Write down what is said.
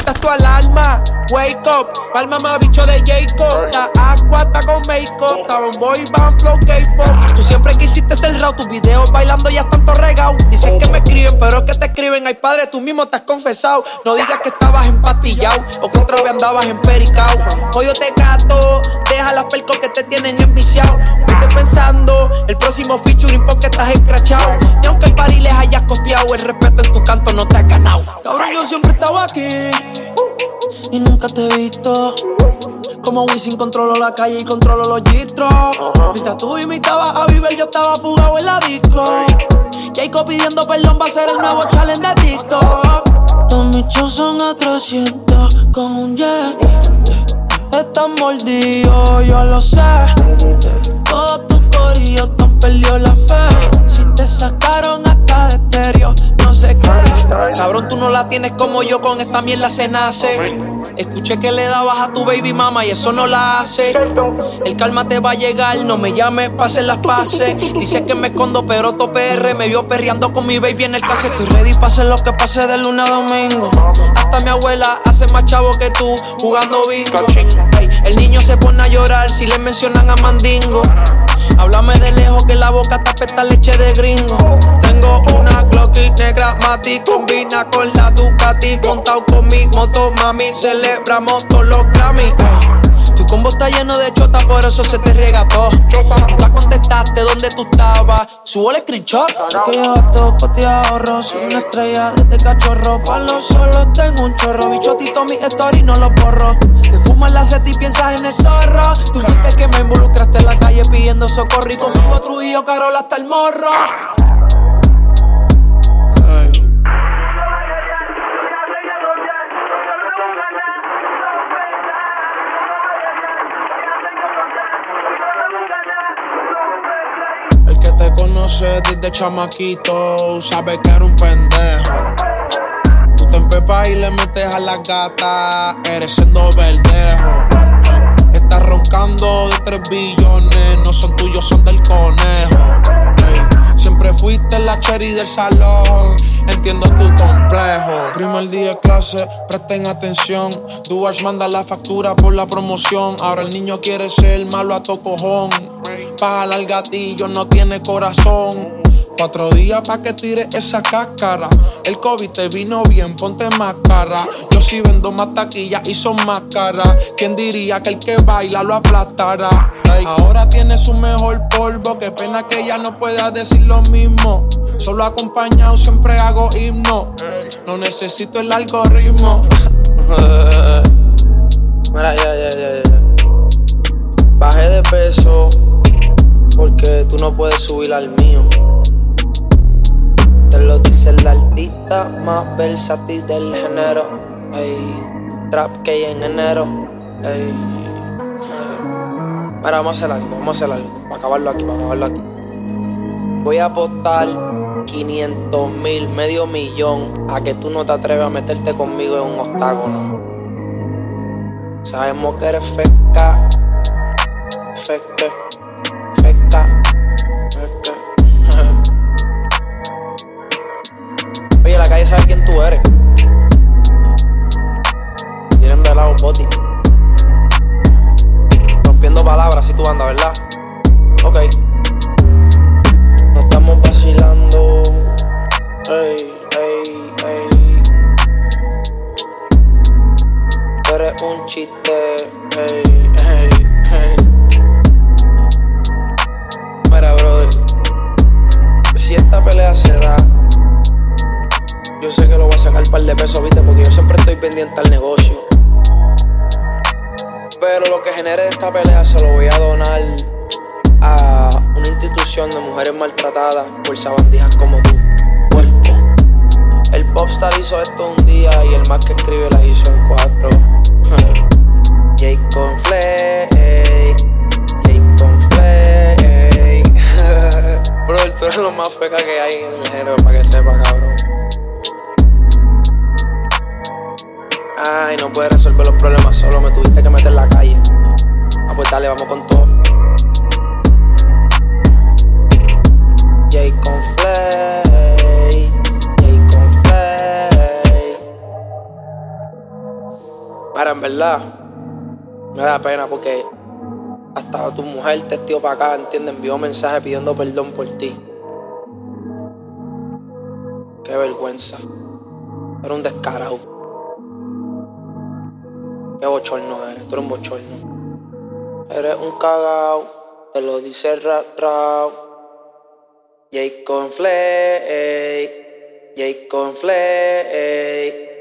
esta es tu alarma. Wake up, palma más bicho de Jacob. La agua está con make-up. Estaba un boy band, flow K-pop. Tú siempre quisiste ser raw, tus videos bailando ya están todos regados. Dices que me escriben, pero es que te escriben. Ay padre, tú mismo te has confesado. No digas que estabas empastillado o que otra vez andabas empericao. Hoy yo te cato, deja las percos que te tienen enviciado. Vete pensando, el próximo featuring porque estás escrachado. Y aunque el party les hayas costeado, el respeto en tu canto no te ha ganado. Cabrón, yo siempre estaba aquí y nunca te he visto. Como Wisin controlo la calle y controlo los gistros. Mientras tú imitabas a Bieber, yo estaba fugado en la disco. Jacob pidiendo perdón va a ser el nuevo challenge de TikTok. Todos mis shows son a 300 con un jet. Están mordidos, yo lo sé. Todos tus corillos te han perdido la fe. Si te sacaron acá de estéreo, no sé qué. Cabrón, tú no la tienes como yo, con esta mierda se nace. Escuché que le dabas a tu baby mama y eso no la hace. El calma te va a llegar, no me llames pa' hacer las paces. Dices que me escondo, pero tu PR me vio perreando con mi baby en el cassette. Estoy ready pa' hacer lo que pase de lunes a domingo. Hasta mi abuela hace más chavo que tú jugando bingo. Hey, el niño se pone a llorar si le mencionan a Mandingo. Háblame de lejos que la boca te apesta leche de gringo. Tengo una Glocky negra Mati, combina con la Ducati. Montado con mi moto, mami, celebramos todos los Grammy. Tu combo está lleno de chota, por eso se te riega todo. Nunca contestaste dónde tú estabas, subo el screenshot. Yo que llevas todo pa' ti ahorro, soy una estrella desde cachorro. Pa' los solos tengo un chorro, bichotito mis stories no los borro. Te fumas la seta y piensas en el zorro. Tú fuiste el que me involucraste en la calle pidiendo socorro. Y conmigo Trujillo, Carol hasta el morro. El que te conoce desde chamaquito sabe que era un pendejo. Tú te empepas y le metes a la gata, eres siendo verdejo. Estás roncando de 3 billones, no son tuyos, son del conejo. Ey, siempre fuiste la cherry del salón, entiendo tu complejo. Primer día de clase, presten atención. Duas manda la factura por la promoción. Ahora el niño quiere ser malo a to cojón. Pa' jalar gatillo no tiene corazón. 4 días pa' que tire esa cáscara. El COVID te vino bien, ponte máscara. Yo sí vendo más taquillas y son más caras. ¿Quién diría que el que baila lo aplastará? Ey, ahora tiene su mejor polvo. Qué pena que ella no pueda decir lo mismo. Solo acompañado siempre hago himno. No necesito el algoritmo. Mira, ya. Bajé de peso porque tú no puedes subir al mío. Te lo dice el artista más versátil del género. Ey, trap que hay en enero. Ey. Mira, vamos a hacer algo. Para acabarlo aquí. Voy a apostar 500,000, medio millón, a que tú no te atreves a meterte conmigo en un octágono. Sabemos que eres feca. Oye, la calle sabe quién tú eres. Tienen velado boti. Rompiendo palabras si tú andas, ¿verdad? Ok. No estamos vacilando. Ey. Tú eres un chiste. Ey. Mira, brother, si esta pelea se da, yo sé que lo voy a sacar par de pesos, viste, porque yo siempre estoy pendiente al negocio. Pero lo que genere de esta pelea se lo voy a donar a una institución de mujeres maltratadas por sabandijas como tú. Puerco. El popstar hizo esto un día y el más que escribe la hizo en 4. Jacob Flay. Bro, tú eres lo más feca que hay en el género, para que sepa, cabrón. Ay, no puedes resolver los problemas solo, me tuviste que meter en la calle. Ah, pues dale, vamos con todo. Jacob Flay. Ahora, en verdad, me da pena porque hasta tu mujer, testigo para acá, ¿entiendes? Envió un mensaje pidiendo perdón por ti. Qué vergüenza. Eres un descarado. Qué bochorno eres. Tú eres un bochorno. Eres un cagao. Te lo dice Rao. Jay Conflay. Jay Conflay.